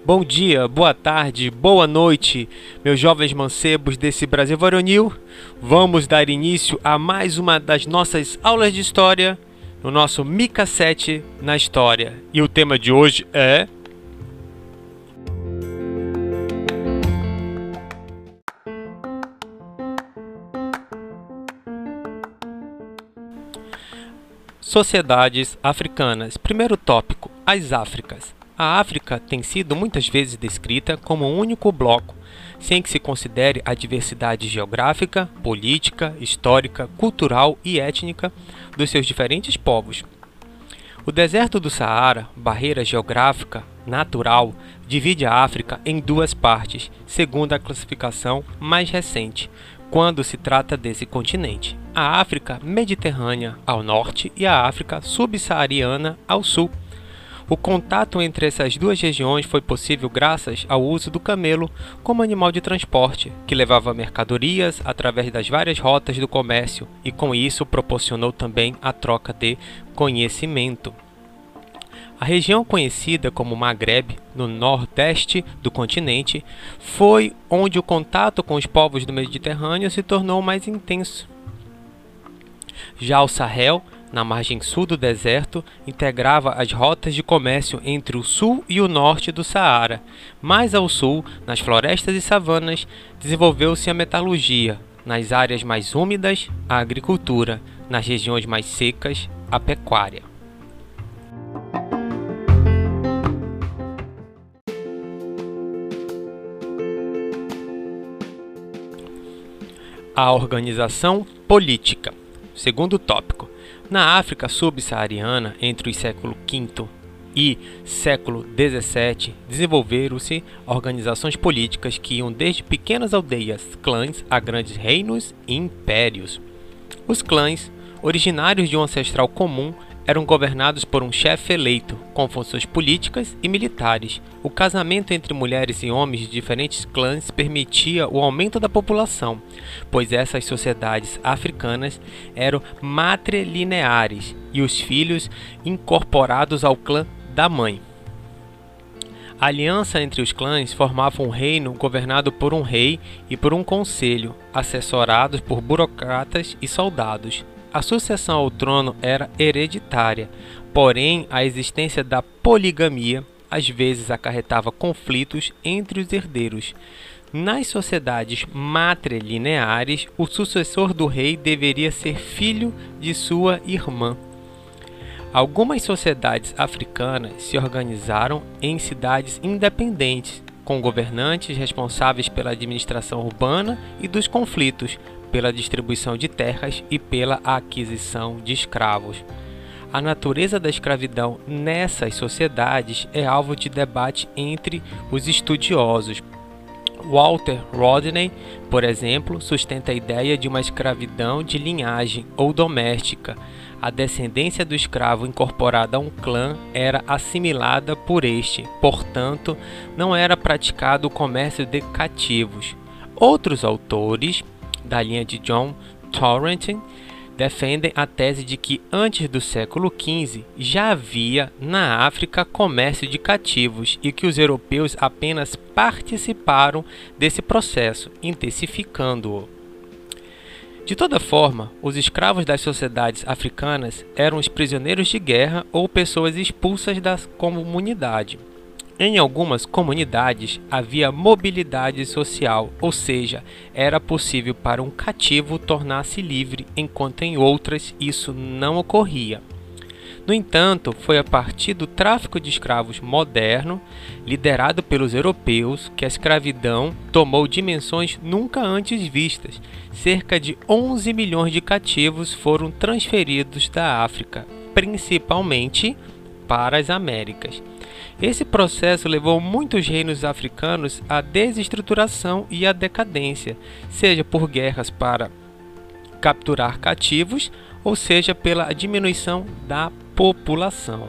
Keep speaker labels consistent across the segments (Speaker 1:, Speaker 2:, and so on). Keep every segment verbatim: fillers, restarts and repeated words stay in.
Speaker 1: Bom dia, boa tarde, boa noite, meus jovens mancebos desse Brasil varonil. Vamos dar início a mais uma das nossas aulas de história, no nosso Mica sete na História. E o tema de hoje é... Sociedades africanas. Primeiro tópico, as Áfricas. A África tem sido muitas vezes descrita como um único bloco, sem que se considere a diversidade geográfica, política, histórica, cultural e étnica dos seus diferentes povos. O deserto do Saara, barreira geográfica natural, divide a África em duas partes, segundo a classificação mais recente, quando se trata desse continente: a África Mediterrânea ao norte e a África Subsaariana ao sul. O contato entre essas duas regiões foi possível graças ao uso do camelo como animal de transporte, que levava mercadorias através das várias rotas do comércio e com isso proporcionou também a troca de conhecimento. A região conhecida como Maghreb, no nordeste do continente, foi onde o contato com os povos do Mediterrâneo se tornou mais intenso. Já o Sahel, na margem sul do deserto, integrava as rotas de comércio entre o sul e o norte do Saara. Mais ao sul, nas florestas e savanas, desenvolveu-se a metalurgia, nas áreas mais úmidas, a agricultura, nas regiões mais secas, a pecuária. A organização política. Segundo tópico. Na África subsaariana, entre o século quinto e século dezessete, desenvolveram-se organizações políticas que iam desde pequenas aldeias, clãs, a grandes reinos e impérios. Os clãs, originários de um ancestral comum, eram governados por um chefe eleito, com funções políticas e militares. O casamento entre mulheres e homens de diferentes clãs permitia o aumento da população, pois essas sociedades africanas eram matrilineares e os filhos incorporados ao clã da mãe. A aliança entre os clãs formava um reino governado por um rei e por um conselho, assessorados por burocratas e soldados. A sucessão ao trono era hereditária, porém a existência da poligamia às vezes acarretava conflitos entre os herdeiros. Nas sociedades matrilineares, o sucessor do rei deveria ser filho de sua irmã. Algumas sociedades africanas se organizaram em cidades independentes, com governantes responsáveis pela administração urbana e dos conflitos, pela distribuição de terras e pela aquisição de escravos. A natureza da escravidão nessas sociedades é alvo de debate entre os estudiosos. Walter Rodney, por exemplo, sustenta a ideia de uma escravidão de linhagem ou doméstica. A descendência do escravo incorporada a um clã era assimilada por este, portanto, não era praticado o comércio de cativos. Outros autores, da linha de John Torrent, defendem a tese de que antes do século quinze já havia na África comércio de cativos e que os europeus apenas participaram desse processo, intensificando-o. De toda forma, os escravos das sociedades africanas eram os prisioneiros de guerra ou pessoas expulsas da comunidade. Em algumas comunidades havia mobilidade social, ou seja, era possível para um cativo tornar-se livre, enquanto em outras isso não ocorria. No entanto, foi a partir do tráfico de escravos moderno, liderado pelos europeus, que a escravidão tomou dimensões nunca antes vistas. Cerca de onze milhões de cativos foram transferidos da África, principalmente para as Américas. Esse processo levou muitos reinos africanos à desestruturação e à decadência, seja por guerras para capturar cativos, ou seja pela diminuição da população.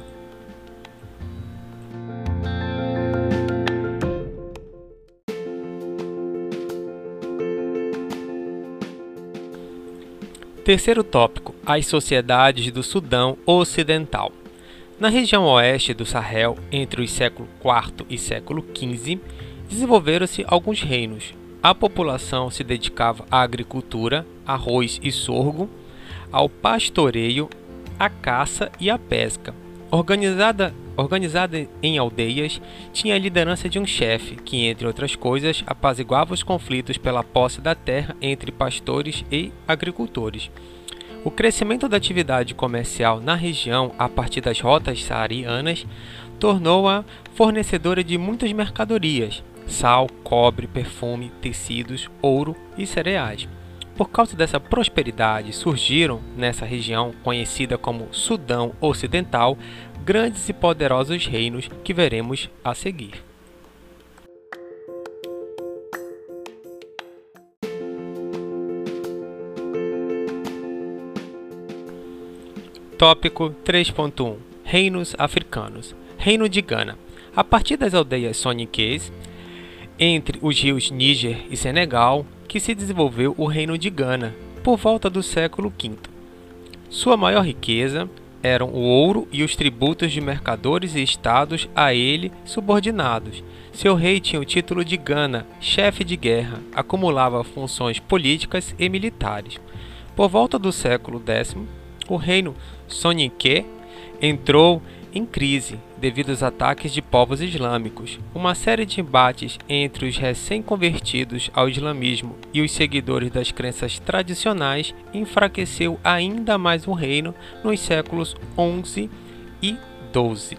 Speaker 1: Terceiro tópico: as sociedades do Sudão Ocidental. Na região oeste do Sahel, entre os séculos quarto e século quinze, desenvolveram-se alguns reinos. A população se dedicava à agricultura, arroz e sorgo, ao pastoreio, à caça e à pesca. Organizada, organizada em aldeias, tinha a liderança de um chefe, que, entre outras coisas, apaziguava os conflitos pela posse da terra entre pastores e agricultores. O crescimento da atividade comercial na região a partir das rotas saarianas tornou-a fornecedora de muitas mercadorias: sal, cobre, perfume, tecidos, ouro e cereais. Por causa dessa prosperidade, surgiram nessa região, conhecida como Sudão Ocidental, grandes e poderosos reinos que veremos a seguir. Tópico três ponto um. Reinos africanos. Reino de Gana. A partir das aldeias soninquês, entre os rios Níger e Senegal, que se desenvolveu o Reino de Gana, por volta do século quinto. Sua maior riqueza eram o ouro e os tributos de mercadores e estados a ele subordinados. Seu rei tinha o título de Gana, chefe de guerra, acumulava funções políticas e militares. Por volta do século décimo, o reino soninké entrou em crise devido aos ataques de povos islâmicos. Uma série de embates entre os recém-convertidos ao islamismo e os seguidores das crenças tradicionais enfraqueceu ainda mais o reino nos séculos onze e doze.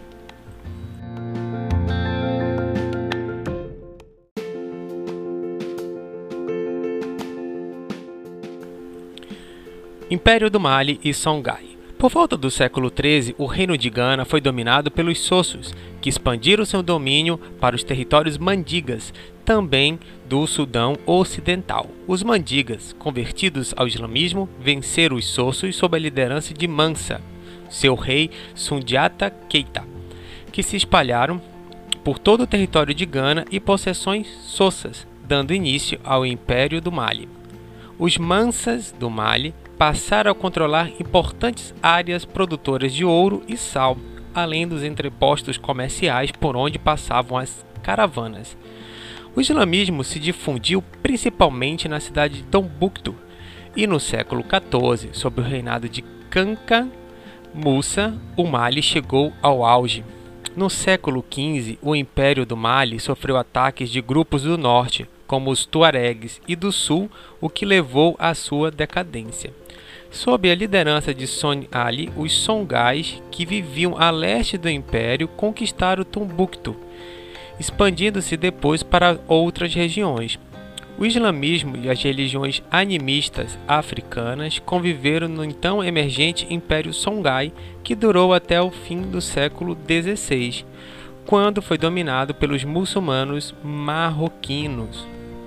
Speaker 1: Império do Mali e Songhai. Por volta do século treze, o reino de Gana foi dominado pelos Sossos, que expandiram seu domínio para os territórios mandigas, também do Sudão Ocidental. Os mandigas, convertidos ao islamismo, venceram os Sossos sob a liderança de Mansa, seu rei Sundiata Keita, que se espalharam por todo o território de Gana e possessões sossas, dando início ao Império do Mali. Os Mansas do Mali passaram a controlar importantes áreas produtoras de ouro e sal, além dos entrepostos comerciais por onde passavam as caravanas. O islamismo se difundiu principalmente na cidade de Tombouctou e no século quatorze, sob o reinado de Kanka Musa, o Mali chegou ao auge. No século quinze, o Império do Mali sofreu ataques de grupos do norte, como os Tuaregs, e do sul, o que levou à sua decadência. Sob a liderança de Son Ali, os Songhais, que viviam a leste do império, conquistaram Tombouctou, expandindo-se depois para outras regiões. O islamismo e as religiões animistas africanas conviveram no então emergente Império Songhai, que durou até o fim do século dezesseis, quando foi dominado pelos muçulmanos marroquinos.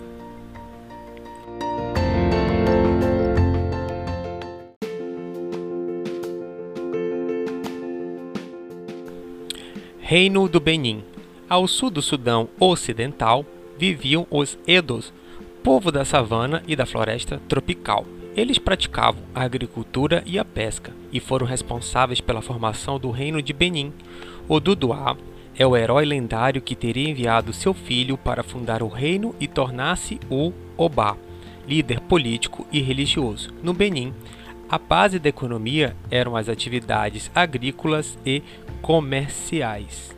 Speaker 1: Reino do Benin. Ao sul do Sudão Ocidental viviam os Edos, povo da savana e da floresta tropical. Eles praticavam a agricultura e a pesca e foram responsáveis pela formação do Reino de Benin. O Duduá é o herói lendário que teria enviado seu filho para fundar o reino e tornar-se o Obá, líder político e religioso. No Benin, a base da economia eram as atividades agrícolas e comerciais.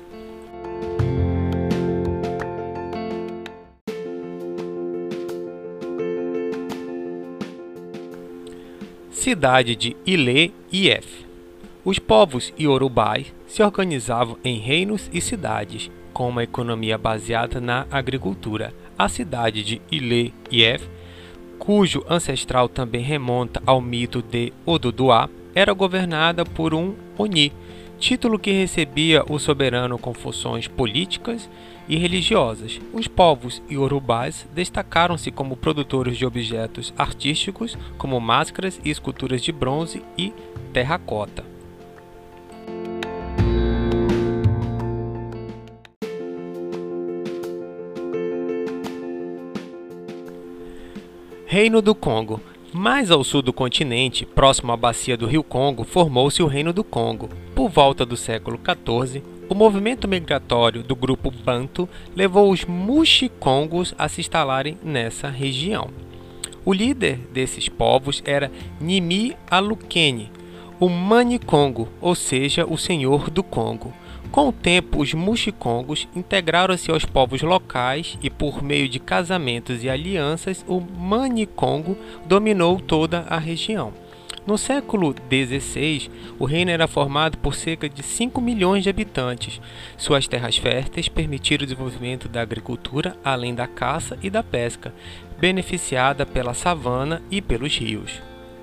Speaker 1: Cidade de Ilê-Ief. Os povos iorubais se organizavam em reinos e cidades, com uma economia baseada na agricultura. A cidade de Ilê-Ief, cujo ancestral também remonta ao mito de Oduduá, era governada por um Oni, título que recebia o soberano com funções políticas e religiosas. Os povos iorubás destacaram-se como produtores de objetos artísticos, como máscaras e esculturas de bronze e terracota. Reino do Congo. Mais ao sul do continente, próximo à bacia do rio Congo, formou-se o Reino do Congo. Por volta do século quatorze, o movimento migratório do grupo Bantu levou os Mushi-Congos a se instalarem nessa região. O líder desses povos era Nimi Alukene, o Mani-Congo, ou seja, o Senhor do Congo. Com o tempo, os Mushi-Congos integraram-se aos povos locais e, por meio de casamentos e alianças, o Mani-Congo dominou toda a região. No século dezesseis, o reino era formado por cerca de cinco milhões de habitantes. Suas terras férteis permitiram o desenvolvimento da agricultura, além da caça e da pesca, beneficiada pela savana e pelos rios.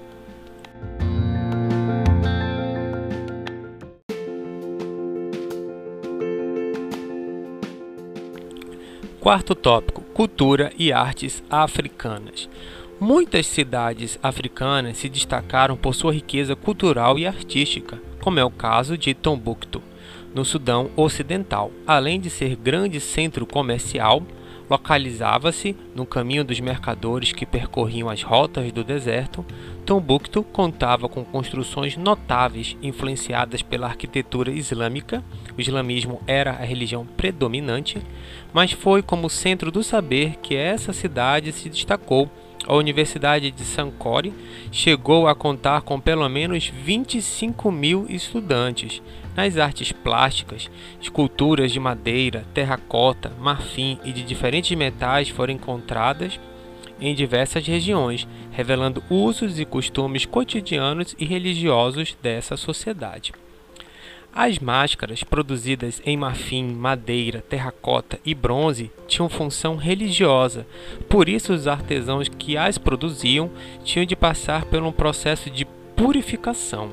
Speaker 1: Quarto tópico: cultura e artes africanas. Muitas cidades africanas se destacaram por sua riqueza cultural e artística, como é o caso de Tombouctou, no Sudão Ocidental. Além de ser grande centro comercial, localizava-se no caminho dos mercadores que percorriam as rotas do deserto. Tombouctou contava com construções notáveis influenciadas pela arquitetura islâmica. O islamismo era a religião predominante, mas foi como centro do saber que essa cidade se destacou. A Universidade de Sankore chegou a contar com pelo menos vinte e cinco mil estudantes. Nas artes plásticas, esculturas de madeira, terracota, marfim e de diferentes metais foram encontradas em diversas regiões, revelando usos e costumes cotidianos e religiosos dessa sociedade. As máscaras, produzidas em marfim, madeira, terracota e bronze, tinham função religiosa. Por isso, os artesãos que as produziam tinham de passar por um processo de purificação.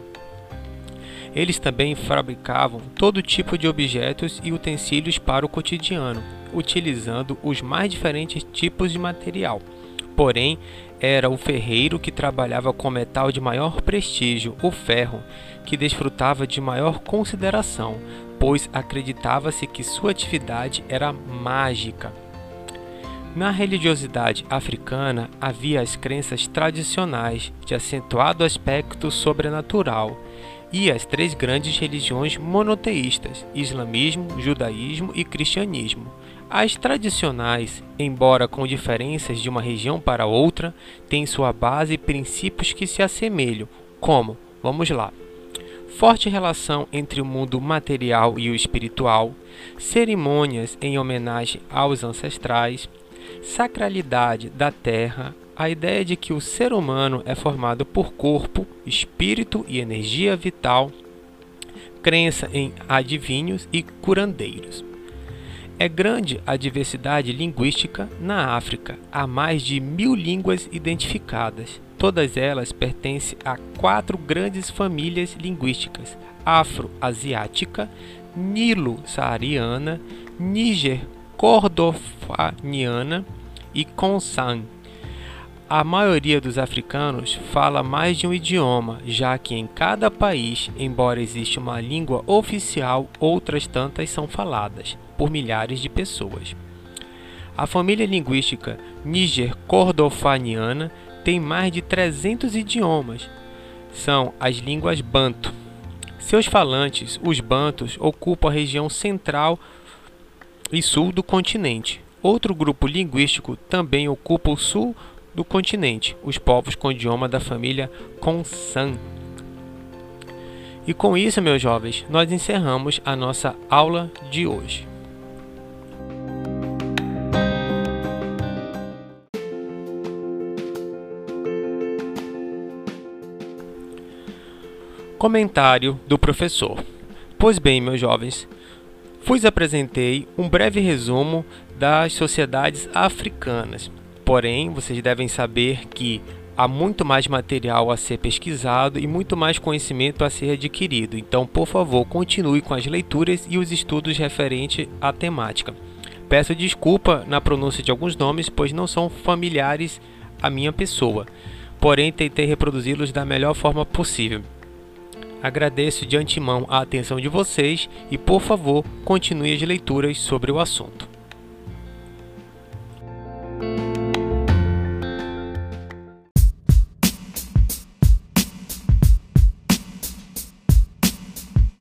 Speaker 1: Eles também fabricavam todo tipo de objetos e utensílios para o cotidiano, utilizando os mais diferentes tipos de material. Porém, era o ferreiro que trabalhava com metal de maior prestígio, o ferro, que desfrutava de maior consideração, pois acreditava-se que sua atividade era mágica. Na religiosidade africana havia as crenças tradicionais de acentuado aspecto sobrenatural e as três grandes religiões monoteístas: islamismo, judaísmo e cristianismo. As tradicionais, embora com diferenças de uma região para outra, têm sua base e princípios que se assemelham, como, vamos lá, forte relação entre o mundo material e o espiritual, cerimônias em homenagem aos ancestrais, sacralidade da terra, a ideia de que o ser humano é formado por corpo, espírito e energia vital, crença em adivinhos e curandeiros. É grande a diversidade linguística na África, há mais de mil línguas identificadas. Todas elas pertencem a quatro grandes famílias linguísticas: afro-asiática, nilo-saariana, níger-kordofaniana e Khoisan. A maioria dos africanos fala mais de um idioma, já que em cada país, embora exista uma língua oficial, outras tantas são faladas por milhares de pessoas. A família linguística níger-kordofaniana tem mais de trezentos idiomas. São as línguas banto. Seus falantes, os bantus, ocupam a região central e sul do continente. Outro grupo linguístico também ocupa o sul do continente, os povos com o idioma da família Khoisan. E com isso, meus jovens, nós encerramos a nossa aula de hoje. Comentário do professor. Pois bem, meus jovens, vos apresentei um breve resumo das sociedades africanas. Porém, vocês devem saber que há muito mais material a ser pesquisado e muito mais conhecimento a ser adquirido. Então, por favor, continue com as leituras e os estudos referentes à temática. Peço desculpa na pronúncia de alguns nomes, pois não são familiares à minha pessoa. Porém, tentei reproduzi-los da melhor forma possível. Agradeço de antemão a atenção de vocês e, por favor, continue as leituras sobre o assunto.